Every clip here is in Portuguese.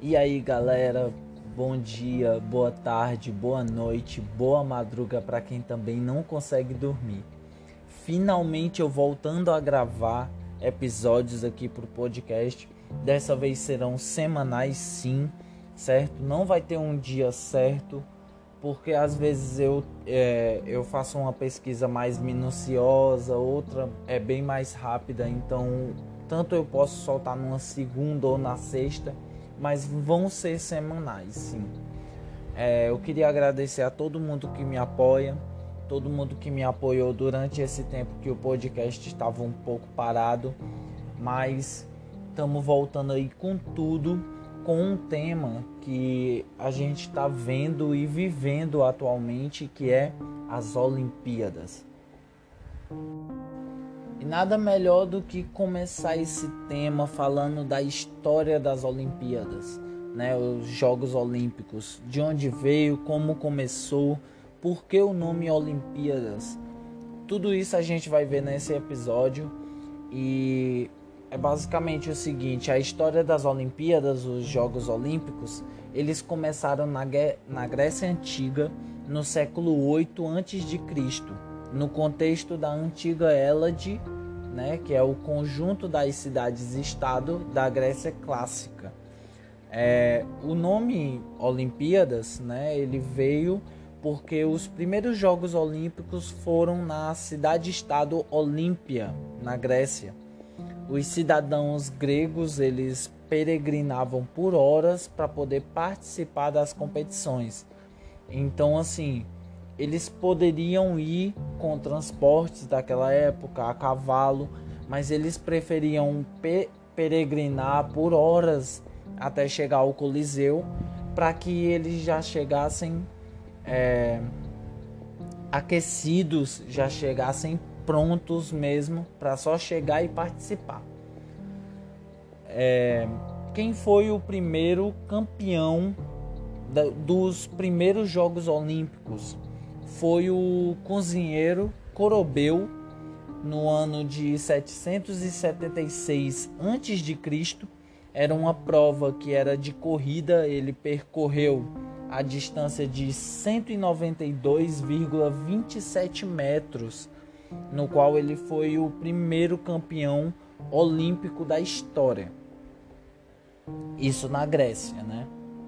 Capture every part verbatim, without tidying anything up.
E aí, galera, bom dia, boa tarde, boa noite, boa madruga para quem também não consegue dormir. Finalmente eu voltando a gravar episódios aqui pro podcast. Dessa vez serão semanais, sim, certo? Não vai ter um dia certo, porque às vezes eu, é, eu faço uma pesquisa mais minuciosa, outra é bem mais rápida, então tanto eu posso soltar numa segunda ou na sexta, mas vão ser semanais, sim. É, eu queria agradecer a todo mundo que me apoia, todo mundo que me apoiou durante esse tempo que o podcast estava um pouco parado, mas estamos voltando aí com tudo, com um tema que a gente está vendo e vivendo atualmente, que é as Olimpíadas. E nada melhor do que começar esse tema falando da história das Olimpíadas, né? Os Jogos Olímpicos, de onde veio, como começou, por que o nome Olimpíadas. Tudo isso a gente vai ver nesse episódio e é basicamente o seguinte: a história das Olimpíadas, os Jogos Olímpicos, eles começaram na, na Grécia Antiga, no século oito antes de Cristo, no contexto da antiga Hélade, né, que é o conjunto das cidades-estado da Grécia clássica. É, o nome Olimpíadas, né, ele veio porque os primeiros Jogos Olímpicos foram na cidade-estado Olímpia, na Grécia. Os cidadãos gregos, eles peregrinavam por horas para poder participar das competições. Então, assim, eles poderiam ir com transportes daquela época, a cavalo, mas eles preferiam pe- peregrinar por horas até chegar ao Coliseu, para que eles já chegassem é, aquecidos, já chegassem prontos mesmo para só chegar e participar. É, quem foi o primeiro campeão da, dos primeiros Jogos Olímpicos? Foi o cozinheiro Corobeu, no ano de setecentos e setenta e seis antes de Cristo. Era uma prova que era de corrida, ele percorreu a distância de cento e noventa e dois vírgula vinte e sete metros, no qual ele foi o primeiro campeão olímpico da história. Isso na Grécia, né?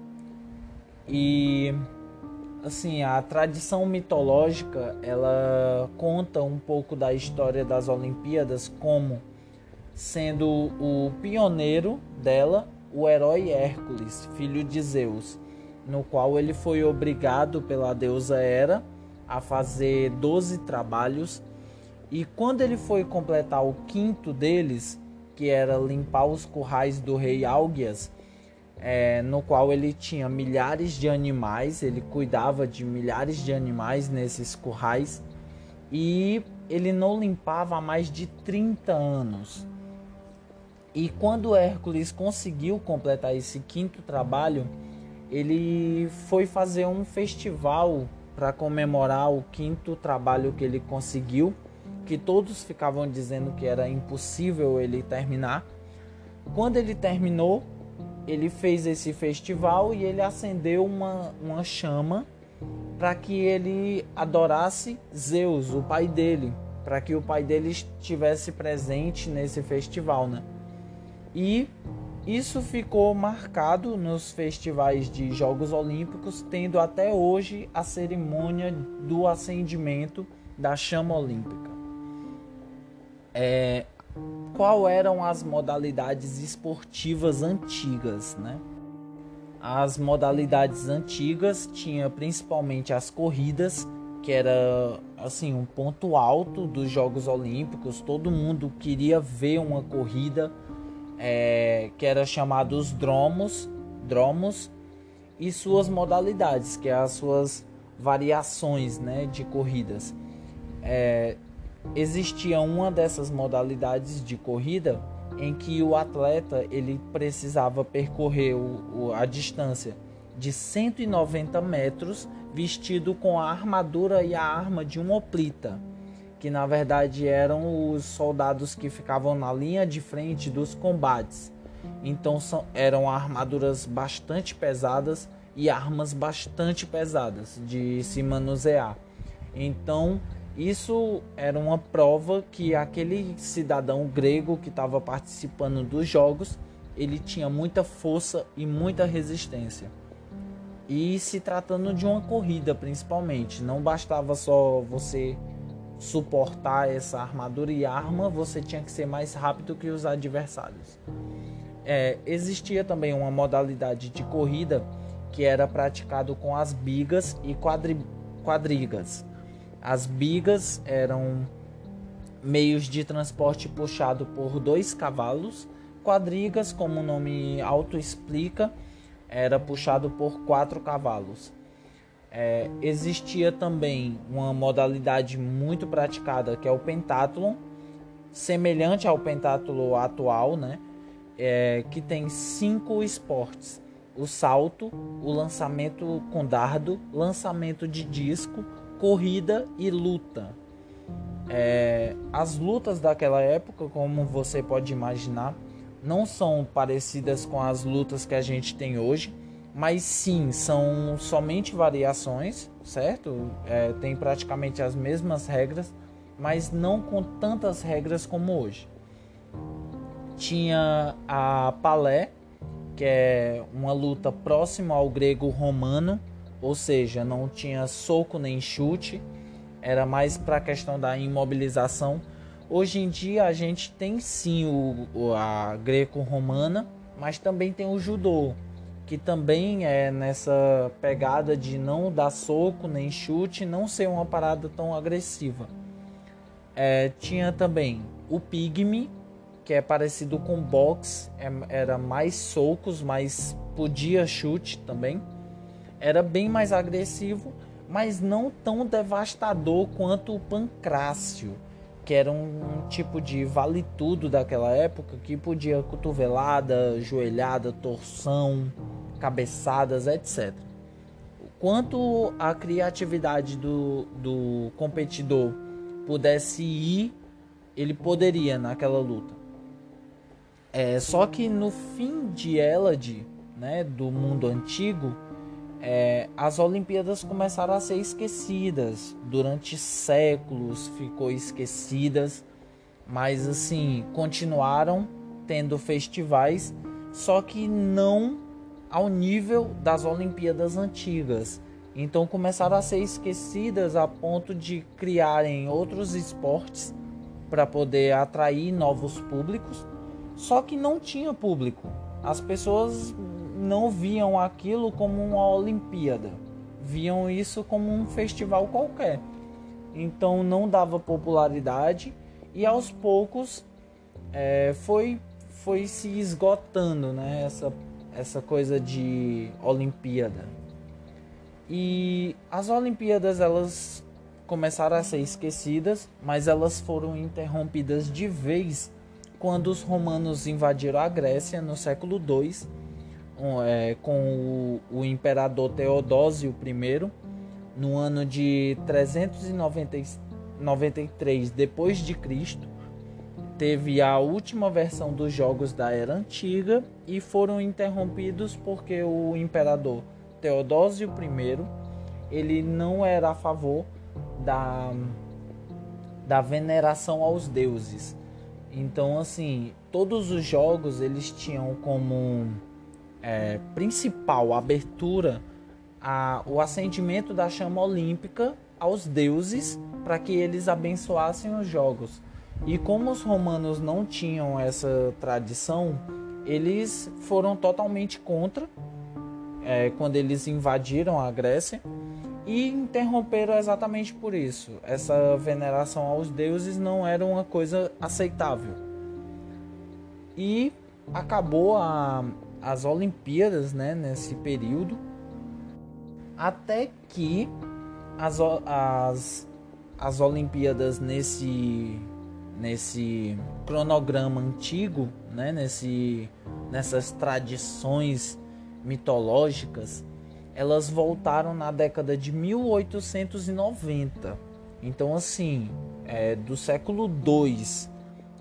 E assim, a tradição mitológica, ela conta um pouco da história das Olimpíadas como sendo o pioneiro dela o herói Hércules, filho de Zeus, no qual ele foi obrigado pela deusa Hera a fazer doze trabalhos, e quando ele foi completar o quinto deles, que era limpar os currais do rei Álgias, é, no qual ele tinha milhares de animais, ele cuidava de milhares de animais nesses currais, e ele não limpava há mais de trinta anos. E quando Hércules conseguiu completar esse quinto trabalho, ele foi fazer um festival para comemorar o quinto trabalho que ele conseguiu, que todos ficavam dizendo que era impossível ele terminar. Quando ele terminou, ele fez esse festival e ele acendeu uma, uma chama para que ele adorasse Zeus, o pai dele, para que o pai dele estivesse presente nesse festival, né? E isso ficou marcado nos festivais de Jogos Olímpicos, tendo até hoje a cerimônia do acendimento da chama olímpica. É, qual eram as modalidades esportivas antigas, né? As modalidades antigas tinha principalmente as corridas, que era assim um ponto alto dos Jogos Olímpicos. Todo mundo queria ver uma corrida, é, que era chamado os dromos, dromos e suas modalidades, que é as suas variações, né, de corridas. É, existia uma dessas modalidades de corrida em que o atleta ele precisava percorrer o, o, a distância de cento e noventa metros vestido com a armadura e a arma de um hoplita, que na verdade eram os soldados que ficavam na linha de frente dos combates. Então são, eram armaduras bastante pesadas e armas bastante pesadas de se manusear. Então isso era uma prova que aquele cidadão grego que estava participando dos jogos, ele tinha muita força e muita resistência. E se tratando de uma corrida principalmente, não bastava só você suportar essa armadura e arma, você tinha que ser mais rápido que os adversários. É, existia também uma modalidade de corrida que era praticado com as bigas e quadri, quadrigas. As bigas eram meios de transporte puxado por dois cavalos. Quadrigas, como o nome autoexplica, era puxado por quatro cavalos. É, existia também uma modalidade muito praticada que é o pentátlon, semelhante ao pentátlon atual, né? É, que tem cinco esportes: o salto, o lançamento com dardo, lançamento de disco, corrida e luta. É, as lutas daquela época, como você pode imaginar, não são parecidas com as lutas que a gente tem hoje, mas sim, são somente variações, certo? É, tem praticamente as mesmas regras, mas não com tantas regras como hoje. Tinha a palé, que é uma luta próxima ao grego romano, ou seja, não tinha soco nem chute, era mais para a questão da imobilização. Hoje em dia a gente tem sim o, a greco-romana, mas também tem o judô, que também é nessa pegada de não dar soco nem chute, não ser uma parada tão agressiva. É, tinha também o pigme, que é parecido com boxe, é, era mais socos, mas podia chute também. Era bem mais agressivo, mas não tão devastador quanto o pancrácio, que era um, um tipo de vale-tudo daquela época, que podia cotovelada, joelhada, torção, cabeçadas, etcétera. Quanto a criatividade do, do competidor pudesse ir, ele poderia naquela luta. É, só que no fim de Elad, né, do mundo antigo, é, as Olimpíadas começaram a ser esquecidas. Durante séculos ficou esquecidas, mas assim, continuaram tendo festivais, só que não ao nível das Olimpíadas antigas. Então começaram a ser esquecidas a ponto de criarem outros esportes para poder atrair novos públicos. Só que não tinha público. As pessoas não viam aquilo como uma Olimpíada. Viam isso como um festival qualquer. Então não dava popularidade e aos poucos é, foi, foi se esgotando, né, essa, essa coisa de Olimpíada. E as Olimpíadas elas começaram a ser esquecidas, mas elas foram interrompidas de vez quando os romanos invadiram a Grécia no século dois, um, é, com o, o imperador Teodósio I, no ano de trezentos e noventa e três depois de Cristo. Teve a última versão dos jogos da Era Antiga e foram interrompidos porque o imperador Teodósio I ele não era a favor da, da veneração aos deuses. Então, assim, todos os jogos eles tinham como é, principal abertura a, o acendimento da chama olímpica aos deuses para que eles abençoassem os jogos. E como os romanos não tinham essa tradição, eles foram totalmente contra é, quando eles invadiram a Grécia e interromperam exatamente por isso. Essa veneração aos deuses não era uma coisa aceitável. E acabou a, as Olimpíadas, né, nesse período, até que as, as, as Olimpíadas nesse, nesse cronograma antigo, né, nesse, nessas tradições mitológicas, elas voltaram na década de mil oitocentos e noventa. Então, assim, é, do século dois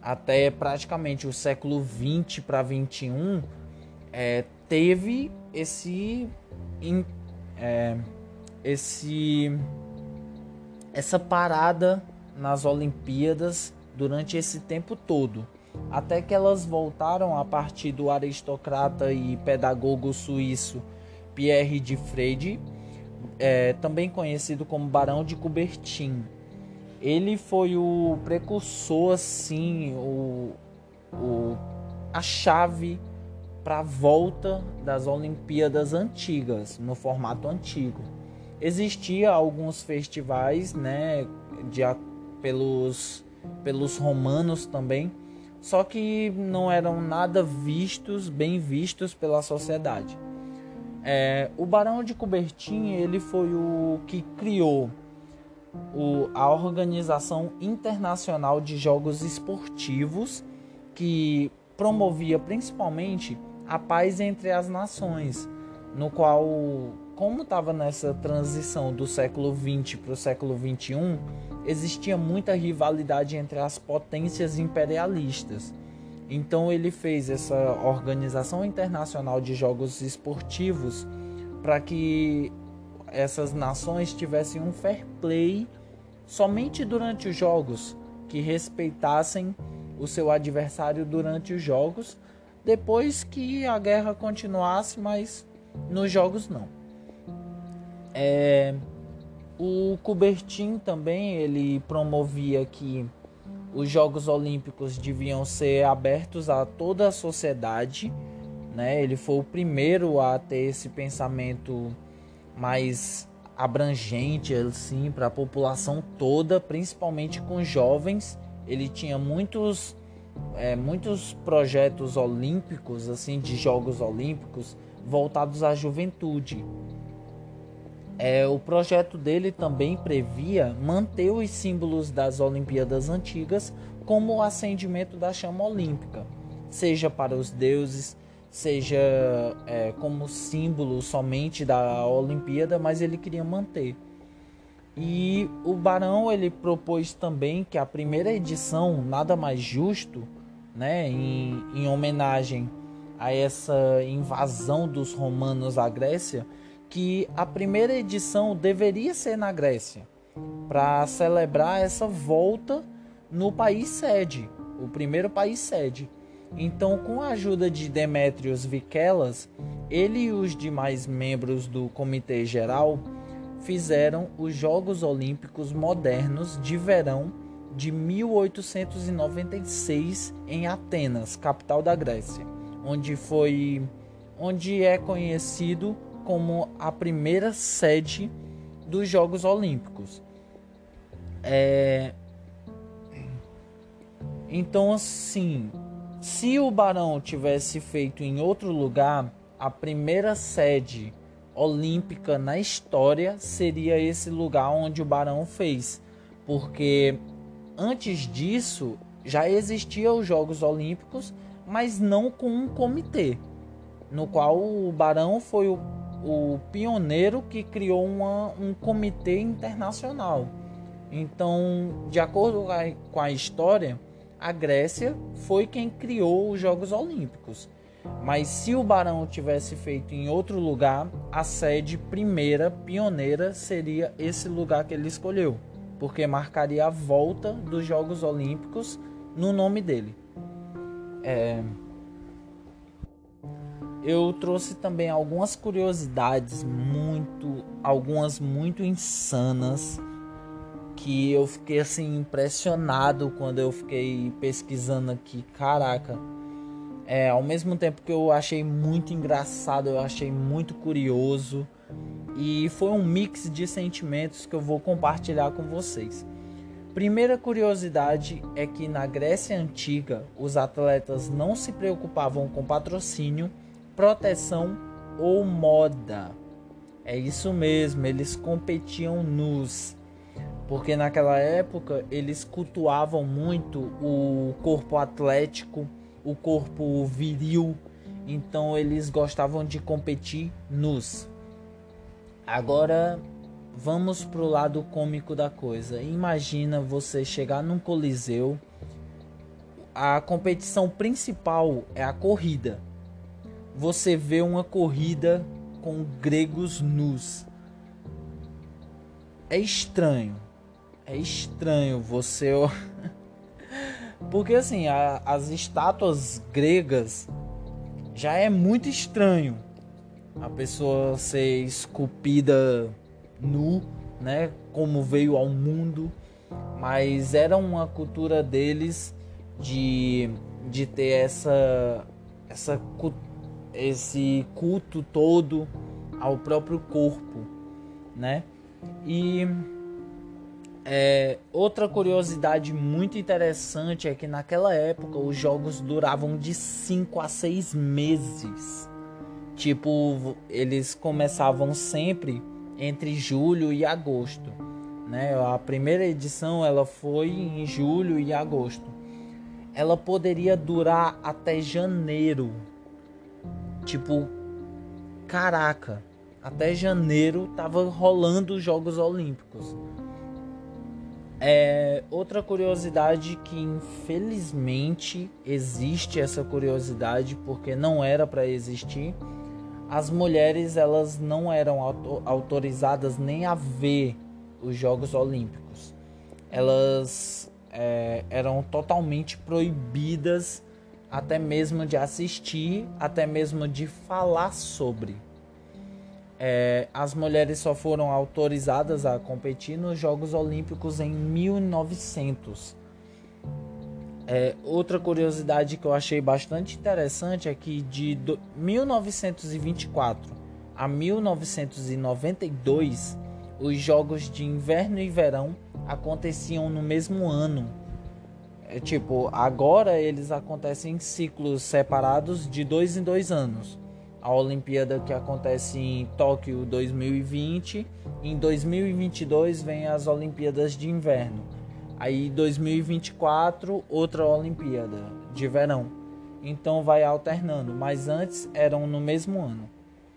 até praticamente o século vinte para vinte e um, é, teve esse, é, esse essa parada nas Olimpíadas durante esse tempo todo, até que elas voltaram a partir do aristocrata e pedagogo suíço Pierre de Frede, é, também conhecido como Barão de Coubertin. Ele foi o precursor, assim, o, o, a chave para a volta das Olimpíadas antigas, no formato antigo. Existia alguns festivais, né, de, pelos, pelos romanos também, só que não eram nada vistos, bem vistos pela sociedade. É, o Barão de Coubertin, ele foi o que criou o, a Organização Internacional de Jogos Esportivos, que promovia principalmente a paz entre as nações, no qual, como estava nessa transição do século vinte para o século vinte e um, existia muita rivalidade entre as potências imperialistas. Então ele fez essa Organização Internacional de Jogos Esportivos para que essas nações tivessem um fair play somente durante os jogos, que respeitassem o seu adversário durante os jogos, depois que a guerra continuasse, mas nos jogos não. É, o Coubertin também ele promovia que os Jogos Olímpicos deviam ser abertos a toda a sociedade, né? Ele foi o primeiro a ter esse pensamento mais abrangente assim, para a população toda, principalmente com jovens. Ele tinha muitos, é, muitos projetos olímpicos, assim, de Jogos Olímpicos voltados à juventude. É, o projeto dele também previa manter os símbolos das Olimpíadas antigas, como o acendimento da chama olímpica, seja para os deuses, seja é, como símbolo somente da Olimpíada, mas ele queria manter. E o Barão ele propôs também que a primeira edição, nada mais justo, né, em, em homenagem a essa invasão dos romanos à Grécia, que a primeira edição deveria ser na Grécia, para celebrar essa volta no país sede, o primeiro país sede. Então, com a ajuda de Demétrios Vikelas, ele e os demais membros do Comitê Geral fizeram os Jogos Olímpicos Modernos de Verão de mil oitocentos e noventa e seis em Atenas, capital da Grécia, onde foi, onde é conhecido como a primeira sede dos Jogos Olímpicos. É... Então, assim, se o Barão tivesse feito em outro lugar, a primeira sede olímpica na história seria esse lugar onde o Barão fez, porque antes disso já existiam os Jogos Olímpicos, mas não com um comitê, no qual o Barão foi o o pioneiro que criou uma, um comitê internacional. Então, de acordo com a história, a Grécia foi quem criou os Jogos Olímpicos. Mas se o Barão tivesse feito em outro lugar, a sede primeira, pioneira, seria esse lugar que ele escolheu, porque marcaria a volta dos Jogos Olímpicos no nome dele. É... Eu trouxe também algumas curiosidades muito, algumas muito insanas, que eu fiquei assim impressionado quando eu fiquei pesquisando aqui. Caraca, é, ao mesmo tempo que eu achei muito engraçado, eu achei muito curioso, e foi um mix de sentimentos que eu vou compartilhar com vocês. Primeira curiosidade é que na Grécia Antiga os atletas não se preocupavam com patrocínio, proteção ou moda. É isso mesmo, eles competiam nus, porque naquela época eles cultuavam muito o corpo atlético, o corpo viril, então eles gostavam de competir nus. Agora vamos pro lado cômico da coisa. Imagina você chegar num coliseu, a competição principal é a corrida. Você vê uma corrida com gregos nus. É estranho. É estranho você... Porque assim, a, as estátuas gregas já é muito estranho. A pessoa ser esculpida nu, né? Como veio ao mundo. Mas era uma cultura deles de, de ter essa, essa, esse culto todo ao próprio corpo, né? E é, outra curiosidade muito interessante é que naquela época os jogos duravam de cinco a seis meses. Tipo, eles começavam sempre entre julho e agosto, né? A primeira edição ela foi em julho e agosto. Ela poderia durar até janeiro. Tipo, caraca, até janeiro tava rolando os Jogos Olímpicos. É, outra curiosidade que infelizmente existe essa curiosidade porque não era para existir. As mulheres elas não eram auto- autorizadas nem a ver os Jogos Olímpicos. Elas é, eram totalmente proibidas até mesmo de assistir, até mesmo de falar sobre. É, as mulheres só foram autorizadas a competir nos Jogos Olímpicos em mil e novecentos. É, outra curiosidade que eu achei bastante interessante é que de do, mil novecentos e vinte e quatro a mil novecentos e noventa e dois, os Jogos de Inverno e Verão aconteciam no mesmo ano. É, tipo, agora eles acontecem em ciclos separados de dois em dois anos. A Olimpíada que acontece em Tóquio dois mil e vinte, em dois mil e vinte e dois vem as Olimpíadas de Inverno. Aí dois mil e vinte e quatro outra Olimpíada de Verão. Então vai alternando, mas antes eram no mesmo ano.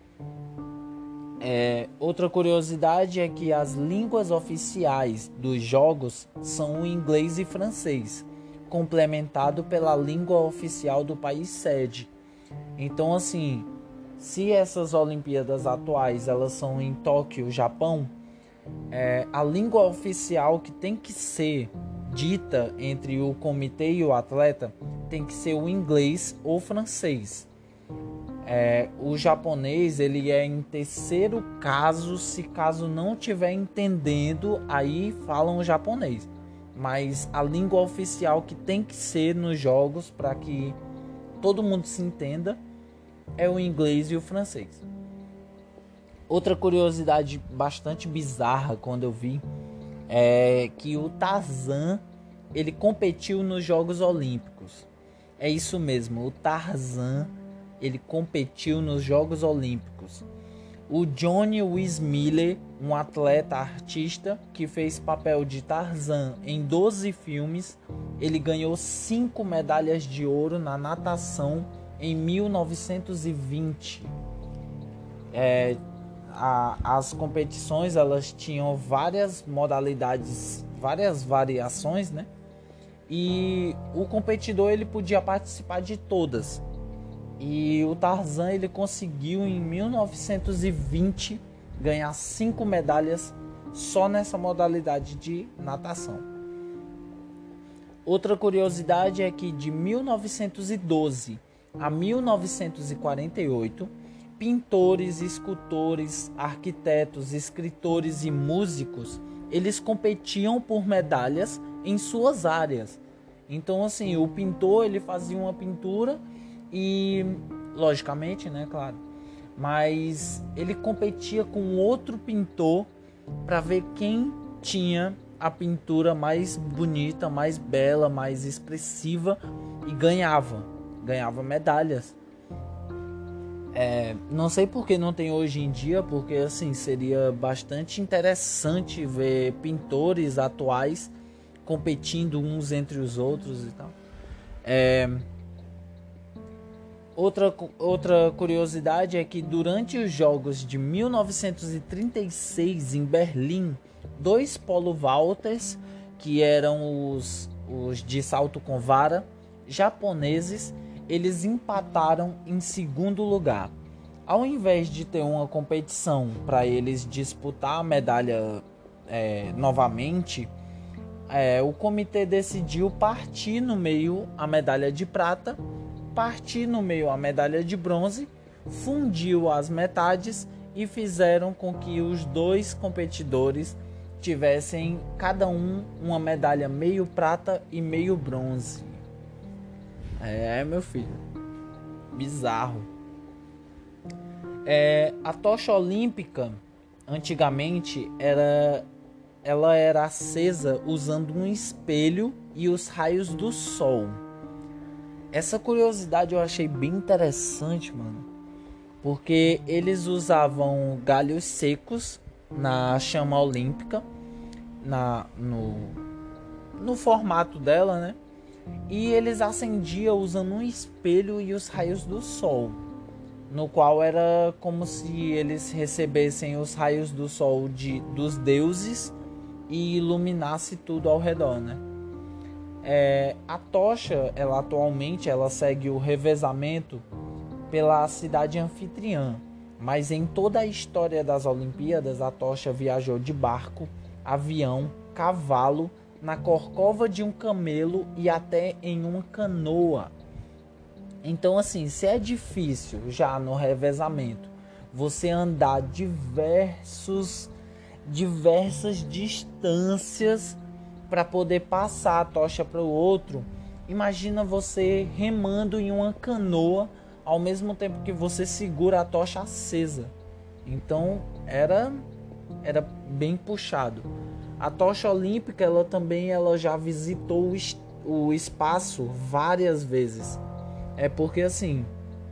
É, outra curiosidade é que as línguas oficiais dos jogos são o inglês e francês, complementado pela língua oficial do país sede. Então assim, se essas Olimpíadas atuais elas são em Tóquio, Japão, é, a língua oficial que tem que ser dita entre o comitê e o atleta tem que ser o inglês ou francês. É, o japonês ele é em terceiro caso, se caso não estiver entendendo, aí falam o japonês. Mas a língua oficial que tem que ser nos jogos para que todo mundo se entenda é o inglês e o francês. Outra curiosidade bastante bizarra quando eu vi é que o Tarzan ele competiu nos Jogos Olímpicos. É isso mesmo, o Tarzan ele competiu nos Jogos Olímpicos. O Johnny Weissmuller, um atleta artista que fez papel de Tarzan em doze filmes, ele ganhou cinco medalhas de ouro na natação em mil novecentos e vinte. É, a, as competições elas tinham várias modalidades, várias variações, né? E o competidor ele podia participar de todas. E o Tarzan ele conseguiu em mil novecentos e vinte ganhar cinco medalhas só nessa modalidade de natação. Outra curiosidade é que de mil novecentos e doze a mil novecentos e quarenta e oito, pintores, escultores, arquitetos, escritores e músicos, eles competiam por medalhas em suas áreas. Então assim, o pintor ele fazia uma pintura e, logicamente, né, claro, mas ele competia com outro pintor para ver quem tinha a pintura mais bonita, mais bela, mais expressiva e ganhava, ganhava medalhas. É, não sei por que não tem hoje em dia, porque assim seria bastante interessante ver pintores atuais competindo uns entre os outros e tal. É, outra, outra curiosidade é que durante os Jogos de mil novecentos e trinta e seis em Berlim, dois polo vaulters, que eram os, os de salto com vara, japoneses, eles empataram em segundo lugar. Ao invés de ter uma competição para eles disputar a medalha é, novamente, é, o comitê decidiu partir no meio a medalha de prata, partir no meio a medalha de bronze, fundiu as metades e fizeram com que os dois competidores tivessem cada um uma medalha meio prata e meio bronze. É, meu filho, bizarro. É, a tocha olímpica antigamente era, ela era acesa usando um espelho e os raios do sol. Essa curiosidade eu achei bem interessante, mano, porque eles usavam galhos secos na chama olímpica, na, no, no formato dela, né? E eles acendiam usando um espelho e os raios do sol, no qual era como se eles recebessem os raios do sol de, dos deuses e iluminasse tudo ao redor, né? É, a tocha, ela atualmente ela segue o revezamento pela cidade anfitriã, mas em toda a história das Olimpíadas a tocha viajou de barco, avião, cavalo, na corcova de um camelo e até em uma canoa. Então, assim, se é difícil já no revezamento você andar diversos, diversas distâncias para poder passar a tocha para o outro, imagina você remando em uma canoa ao mesmo tempo que você segura a tocha acesa. Então, era, era bem puxado. A tocha olímpica, ela também ela já visitou o, o espaço várias vezes. É porque assim,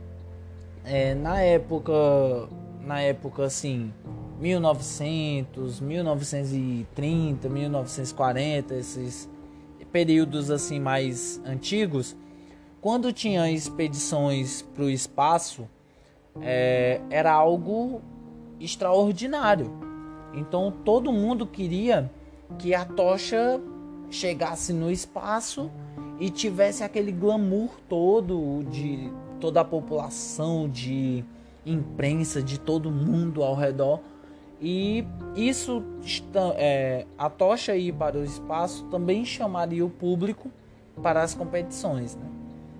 é, na época, na época assim, mil e novecentos, mil novecentos e trinta, mil novecentos e quarenta, esses períodos assim mais antigos, quando tinha expedições para o espaço, é, era algo extraordinário. Então todo mundo queria que a tocha chegasse no espaço e tivesse aquele glamour todo de toda a população, de imprensa, de todo mundo ao redor. E isso, é, a tocha ir para o espaço também chamaria o público para as competições, né?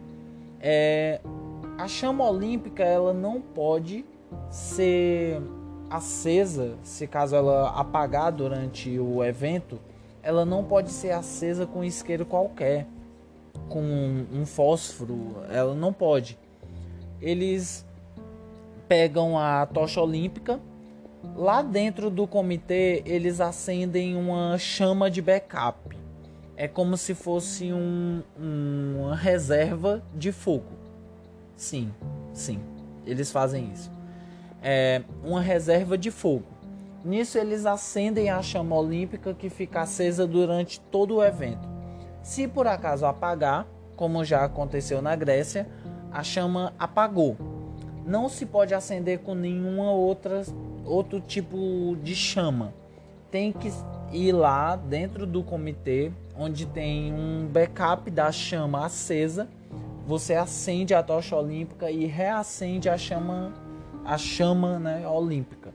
É, a chama olímpica ela não pode ser acesa, se caso ela apagar durante o evento, ela não pode ser acesa com isqueiro qualquer, com um fósforo, ela não pode. Eles pegam a tocha olímpica, lá dentro do comitê eles acendem uma chama de backup. É como se fosse um, um, uma reserva de fogo. Sim, sim, eles fazem isso. É uma reserva de fogo. Nisso eles acendem a chama olímpica que fica acesa durante todo o evento. Se por acaso apagar, como já aconteceu na Grécia, a chama apagou. Não se pode acender com nenhuma outra outro tipo de chama. Tem que ir lá dentro do comitê, onde tem um backup da chama acesa. Você acende a tocha olímpica e reacende a chama, a chama, né, olímpica.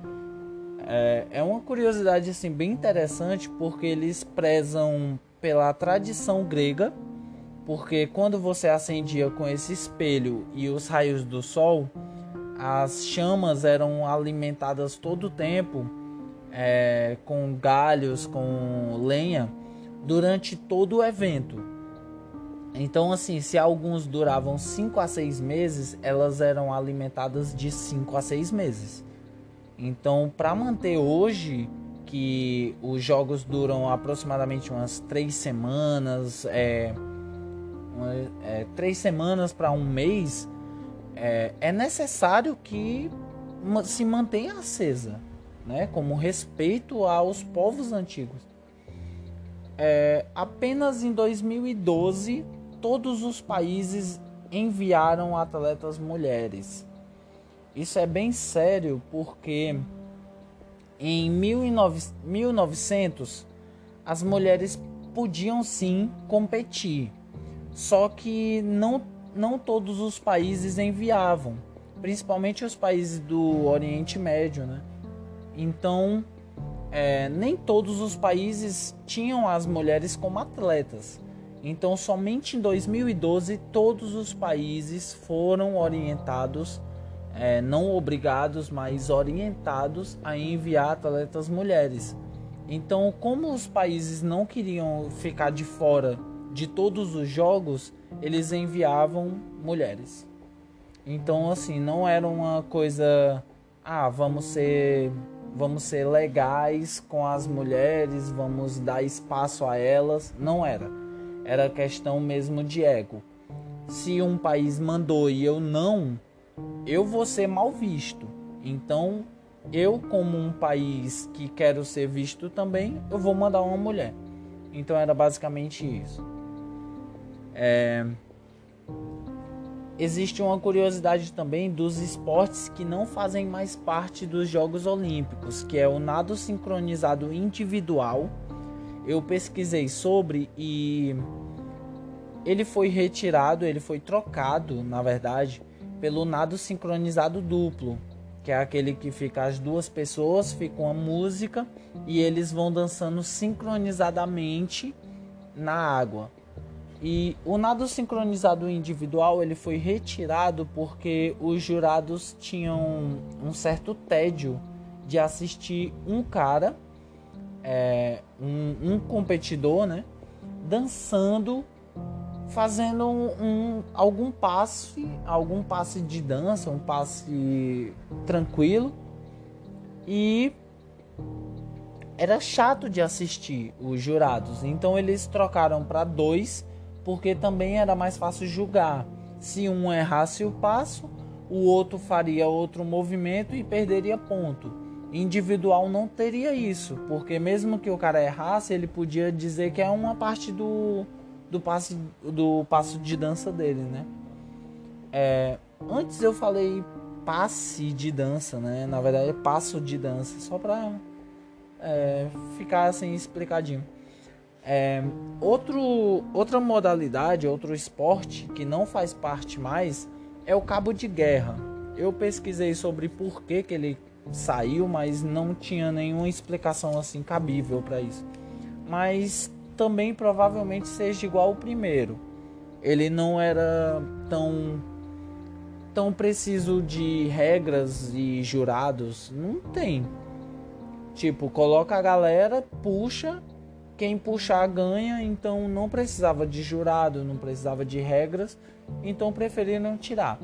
É, é uma curiosidade assim, bem interessante, porque eles prezam pela tradição grega, porque quando você acendia com esse espelho e os raios do sol, as chamas eram alimentadas todo o tempo é, com galhos, com lenha, durante todo o evento. Então, assim, se alguns duravam cinco a seis meses, elas eram alimentadas de cinco a seis meses. Então, para manter hoje, que os jogos duram aproximadamente umas três semanas, é, uma, é, três semanas para um mês, é, é necessário que se mantenha acesa, né? Como respeito aos povos antigos. É, apenas em dois mil e doze, todos os países enviaram atletas mulheres. Isso é bem sério porque em mil e novecentos as mulheres podiam sim competir. Só que não, não todos os países enviavam, principalmente os países do Oriente Médio, né? Então, é, nem todos os países tinham as mulheres como atletas. Então, somente em dois mil e doze, todos os países foram orientados, é, não obrigados, mas orientados a enviar atletas mulheres. Então, como os países não queriam ficar de fora de todos os jogos, eles enviavam mulheres. Então, assim, não era uma coisa, ah, vamos ser, vamos ser legais com as mulheres, vamos dar espaço a elas. Não era. Era questão mesmo de ego. Se um país mandou e eu não, eu vou ser mal visto. Então, eu, como um país que quero ser visto também, eu vou mandar uma mulher. Então era basicamente isso. É... Existe uma curiosidade também dos esportes que não fazem mais parte dos Jogos Olímpicos, que é o nado sincronizado individual. Eu pesquisei sobre e ele foi retirado, ele foi trocado, na verdade, pelo nado sincronizado duplo, que é aquele que fica as duas pessoas, fica uma música e eles vão dançando sincronizadamente na água. E o nado sincronizado individual ele foi retirado porque os jurados tinham um certo tédio de assistir um cara, é, um, um competidor, né, dançando, fazendo um, um, algum passe, algum passe de dança, um passe tranquilo, e era chato de assistir os jurados. Então eles trocaram para dois, porque também era mais fácil julgar. Se um errasse o passo, o outro faria outro movimento e perderia ponto. Individual não teria isso, porque mesmo que o cara errasse, ele podia dizer que é uma parte do do passo, do passo de dança dele, né? É, antes eu falei passe de dança, né? Na verdade é passo de dança, só para é, ficar assim explicadinho. É, outro, outra modalidade, outro esporte que não faz parte mais é o cabo de guerra. Eu pesquisei sobre por que, que ele saiu, mas não tinha nenhuma explicação assim cabível para isso. Mas também provavelmente seja igual ao primeiro. Ele não era tão tão preciso de regras e jurados. Não tem. Tipo, coloca a galera, puxa, quem puxar ganha. Então não precisava de jurado, não precisava de regras. Então preferiram tirar.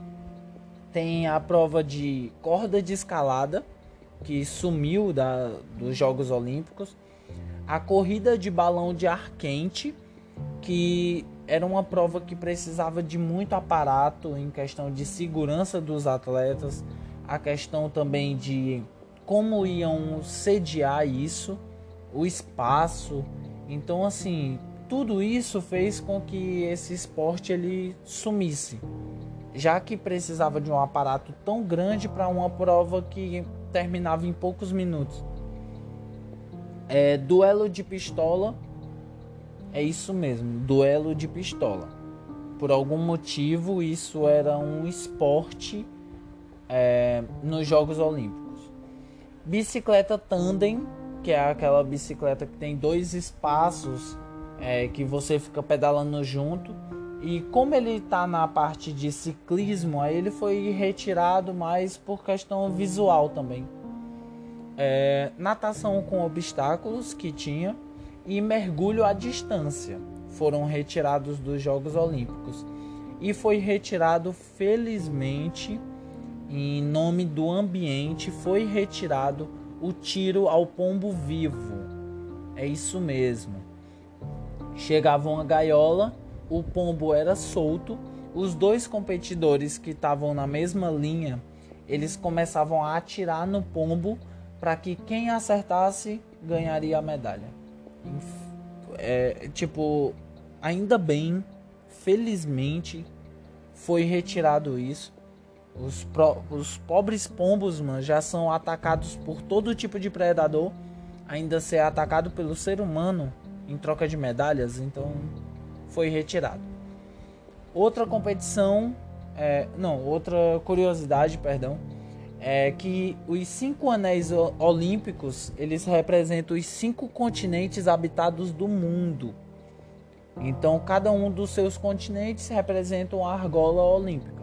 Tem a prova de corda de escalada, que sumiu da, dos Jogos Olímpicos. A corrida de balão de ar quente, que era uma prova que precisava de muito aparato em questão de segurança dos atletas, a questão também de como iam sediar isso, o espaço. Então, assim, tudo isso fez com que esse esporte ele sumisse, já que precisava de um aparato tão grande para uma prova que terminava em poucos minutos. É, duelo de pistola, é isso mesmo, duelo de pistola. Por algum motivo isso era um esporte é, nos Jogos Olímpicos. Bicicleta tandem, que é aquela bicicleta que tem dois espaços é, que você fica pedalando junto. E como ele está na parte de ciclismo, aí ele foi retirado mais por questão visual também. É, natação com obstáculos que tinha e mergulho à distância foram retirados dos Jogos Olímpicos. E foi retirado, felizmente, em nome do ambiente, foi retirado o tiro ao pombo vivo. É isso mesmo. Chegava uma gaiola, o pombo era solto, os dois competidores que estavam na mesma linha, eles começavam a atirar no pombo para que quem acertasse ganharia a medalha. É, tipo, ainda bem, felizmente, foi retirado isso. Os, pro, os pobres pombos, mano, já são atacados por todo tipo de predador. Ainda ser atacado pelo ser humano em troca de medalhas, então foi retirado. Outra competição, é, não, outra curiosidade, perdão, é que os cinco anéis olímpicos, eles representam os cinco continentes habitados do mundo. Então, cada um dos seus continentes representa uma argola olímpica.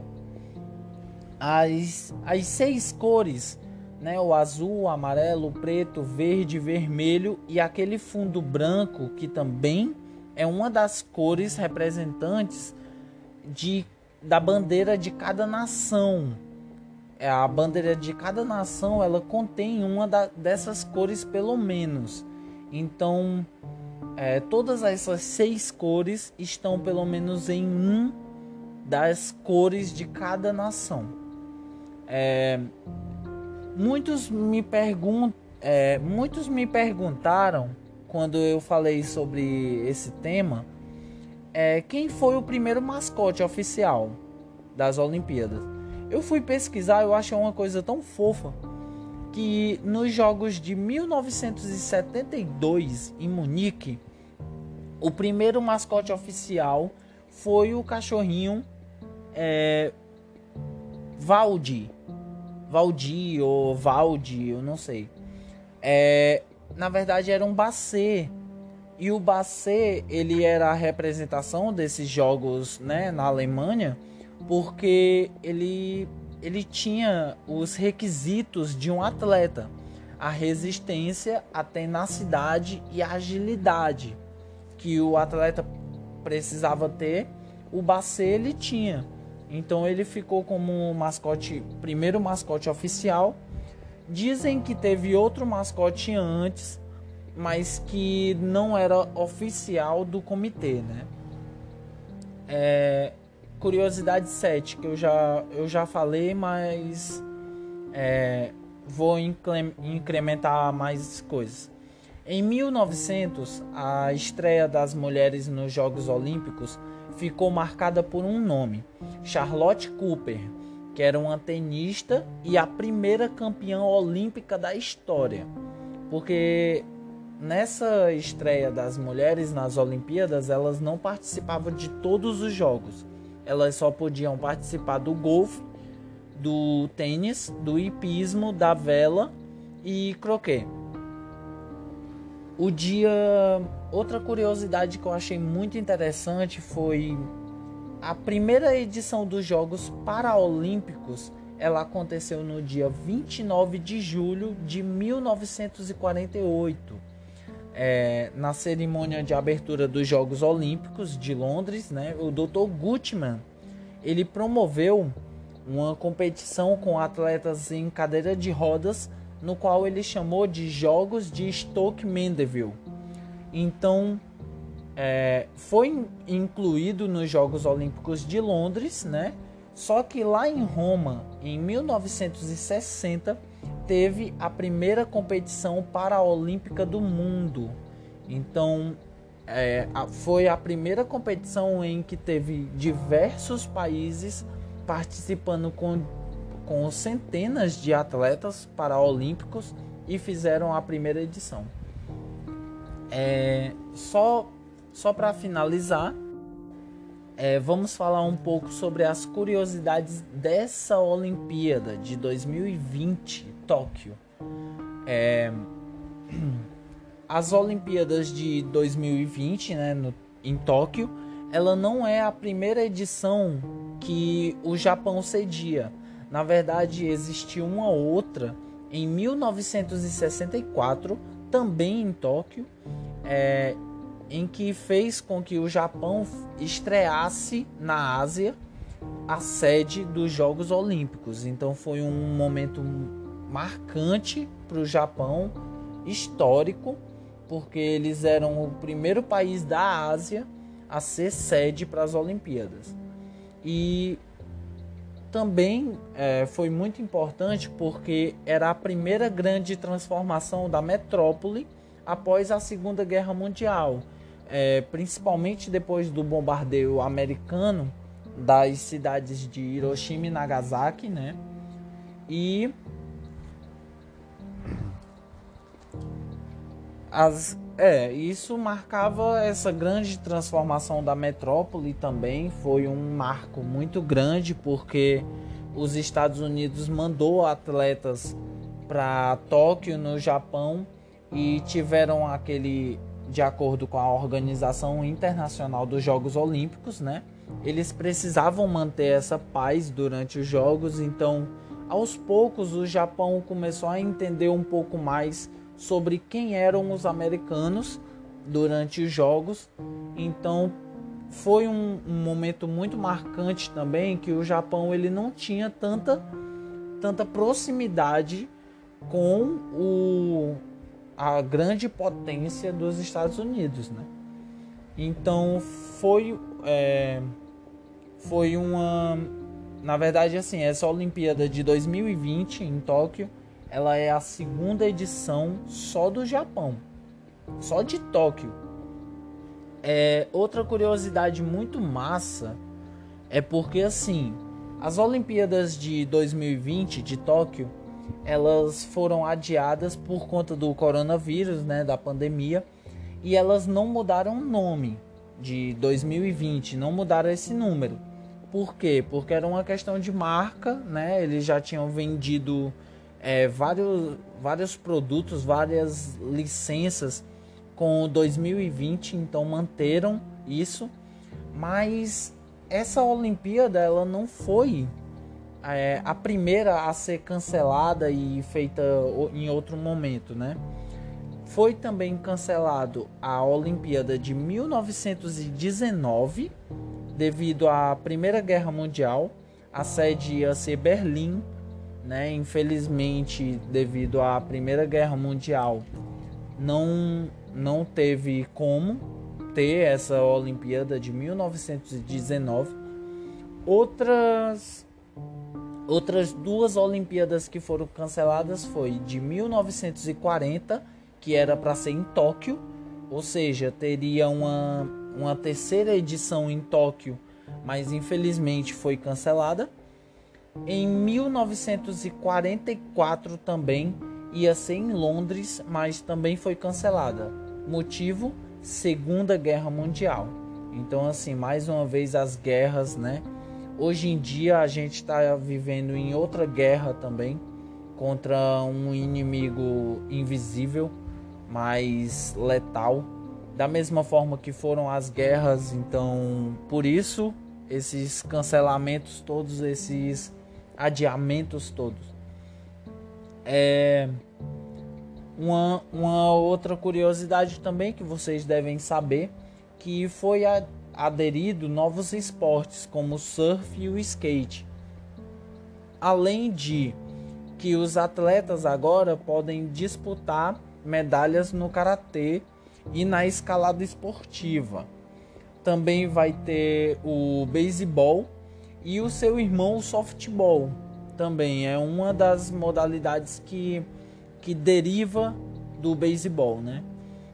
As, as seis cores, né, o azul, o amarelo, o preto, o verde, vermelho e aquele fundo branco, que também é uma das cores representantes de, da bandeira de cada nação. A bandeira de cada nação, ela contém uma da, dessas cores pelo menos. Então, é, todas essas seis cores estão pelo menos em um das cores de cada nação. É, muitos me pergun- é, muitos me perguntaram quando eu falei sobre esse tema, é, quem foi o primeiro mascote oficial das Olimpíadas. Eu fui pesquisar, eu achei uma coisa tão fofa, que nos Jogos de mil novecentos e setenta e dois em Munique, o primeiro mascote oficial foi o cachorrinho é, Valdi, Valdi ou Valdi, eu não sei. É, na verdade era um bacê, e o bacê ele era a representação desses jogos, né, na Alemanha, porque ele, ele tinha os requisitos de um atleta: a resistência, a tenacidade e a agilidade que o atleta precisava ter. O bacê ele tinha, então ele ficou como mascote, primeiro mascote oficial. Dizem que teve outro mascote antes, mas que não era oficial do comitê, né? É, curiosidade sete, que eu já, eu já falei, mas é, vou incre- incrementar mais coisas. Em mil e novecentos, a estreia das mulheres nos Jogos Olímpicos ficou marcada por um nome: Charlotte Cooper, que era uma tenista e a primeira campeã olímpica da história. Porque nessa estreia das mulheres nas Olimpíadas, elas não participavam de todos os jogos. Elas só podiam participar do golfe, do tênis, do hipismo, da vela e croquet. O dia, outra curiosidade que eu achei muito interessante foi a primeira edição dos Jogos Paralímpicos. Ela aconteceu no dia vinte e nove de julho de mil novecentos e quarenta e oito. É, na cerimônia de abertura dos Jogos Olímpicos de Londres, né, o doutor Guttmann ele promoveu uma competição com atletas em cadeira de rodas, no qual ele chamou de Jogos de Stoke Mandeville. Então, é, foi incluído nos Jogos Olímpicos de Londres, né? Só que lá em Roma, em mil novecentos e sessenta, teve a primeira competição paraolímpica do mundo. Então, é, foi a primeira competição em que teve diversos países participando com, com centenas de atletas paraolímpicos e fizeram a primeira edição. É, só só para finalizar, é, vamos falar um pouco sobre as curiosidades dessa Olimpíada de dois mil e vinte, Tóquio. É, as Olimpíadas de dois mil e vinte, né, no, em Tóquio, ela não é a primeira edição que o Japão cedia. Na verdade, existiu uma outra em mil novecentos e sessenta e quatro, também em Tóquio, é, em que fez com que o Japão estreasse na Ásia a sede dos Jogos Olímpicos. Então foi um momento marcante para o Japão, histórico, porque eles eram o primeiro país da Ásia a ser sede para as Olimpíadas. E também é, foi muito importante porque era a primeira grande transformação da metrópole após a Segunda Guerra Mundial, é, principalmente depois do bombardeio americano das cidades de Hiroshima e Nagasaki, né? E as, É, isso marcava essa grande transformação da metrópole também. Foi um marco muito grande porque os Estados Unidos mandou atletas para Tóquio, no Japão, e tiveram aquele, de acordo com a Organização Internacional dos Jogos Olímpicos, né? Eles precisavam manter essa paz durante os jogos, então aos poucos o Japão começou a entender um pouco mais sobre quem eram os americanos durante os jogos. Então foi um, um momento muito marcante também, que o Japão ele não tinha tanta, tanta proximidade com o, a grande potência dos Estados Unidos, né? Então foi, é, foi uma... Na verdade, assim, essa Olimpíada de dois mil e vinte em Tóquio, ela é a segunda edição só do Japão, só de Tóquio. É, outra curiosidade muito massa é porque, assim, as Olimpíadas de dois mil e vinte de Tóquio, elas foram adiadas por conta do coronavírus, né, da pandemia, e elas não mudaram o nome de dois mil e vinte, não mudaram esse número. Por quê? Porque era uma questão de marca, né? Eles já tinham vendido é, vários, vários produtos, várias licenças com dois mil e vinte, então manteram isso. Mas essa Olimpíada, ela não foi é, a primeira a ser cancelada e feita em outro momento, né? Foi também cancelado a Olimpíada de mil novecentos e dezenove, devido à Primeira Guerra Mundial. A sede ia ser Berlim, né? Infelizmente, devido à Primeira Guerra Mundial, não, não teve como ter essa Olimpíada de mil novecentos e dezenove. Outras, outras duas Olimpíadas que foram canceladas foi de mil novecentos e quarenta, que era para ser em Tóquio, ou seja, teria uma, uma terceira edição em Tóquio, mas infelizmente foi cancelada. Em mil novecentos e quarenta e quatro também ia ser em Londres, mas também foi cancelada. Motivo: Segunda Guerra Mundial. Então, assim, mais uma vez as guerras, né? Hoje em dia a gente está vivendo em outra guerra também, contra um inimigo invisível, mais letal, da mesma forma que foram as guerras. Então, por isso, esses cancelamentos todos, esses adiamentos todos. É uma, uma outra curiosidade também que vocês devem saber, que foi a, aderido novos esportes como o surf e o skate. Além de que os atletas agora podem disputar medalhas no karatê e na escalada esportiva. Também vai ter o beisebol e o seu irmão, o softball. Também é uma das modalidades que, que deriva do beisebol, né?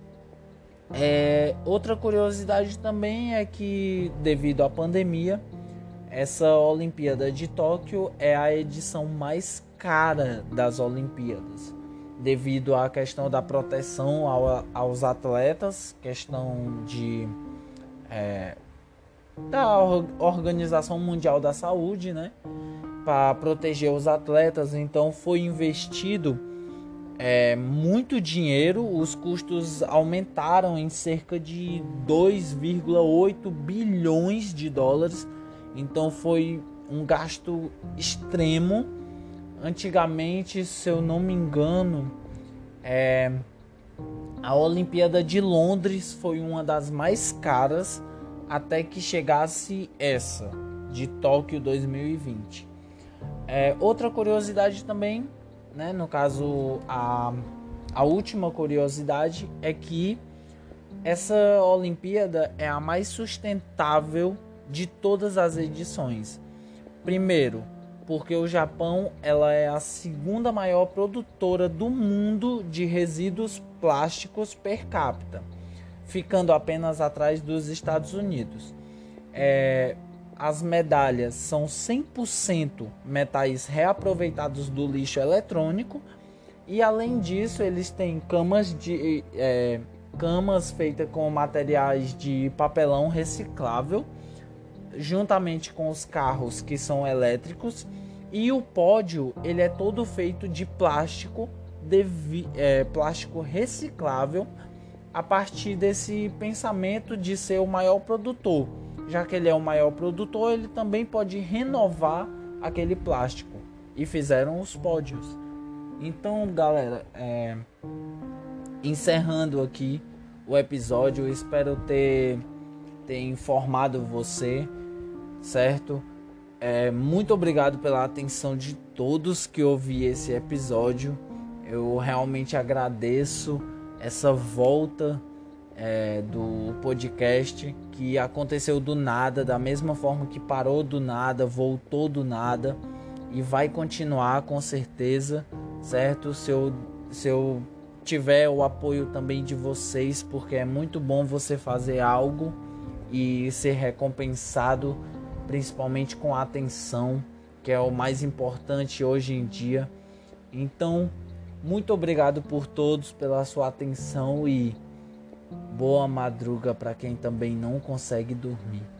É, outra curiosidade também é que, devido à pandemia, essa Olimpíada de Tóquio é a edição mais cara das Olimpíadas, devido à questão da proteção ao, aos atletas, questão de é, da Organização Mundial da Saúde, né, para proteger os atletas. Então foi investido é, muito dinheiro, os custos aumentaram em cerca de dois vírgula oito bilhões de dólares. Então foi um gasto extremo. Antigamente, se eu não me engano, é, a Olimpíada de Londres foi uma das mais caras, até que chegasse essa de Tóquio dois mil e vinte. É, outra curiosidade também, né, no caso a, a última curiosidade, é que essa Olimpíada é a mais sustentável de todas as edições. Primeiro, porque o Japão ela é a segunda maior produtora do mundo de resíduos plásticos per capita, ficando apenas atrás dos Estados Unidos. É, as medalhas são cem por cento metais reaproveitados do lixo eletrônico, e além disso eles têm camas de, é, camas feitas com materiais de papelão reciclável, juntamente com os carros que são elétricos, e o pódio ele é todo feito de plástico, de, é, plástico reciclável, a partir desse pensamento de ser o maior produtor. Já que ele é o maior produtor, ele também pode renovar aquele plástico, e fizeram os pódios. Então, galera, é, encerrando aqui o episódio, eu espero ter, ter informado você, certo? É, muito obrigado pela atenção de todos que ouviram esse episódio. Eu realmente agradeço essa volta é, do podcast, que aconteceu do nada, da mesma forma que parou do nada, voltou do nada, e vai continuar com certeza, certo? Se eu, se eu tiver o apoio também de vocês, porque é muito bom você fazer algo e ser recompensado, principalmente com a atenção, que é o mais importante hoje em dia. Então, muito obrigado por todos, pela sua atenção, e boa madruga para quem também não consegue dormir.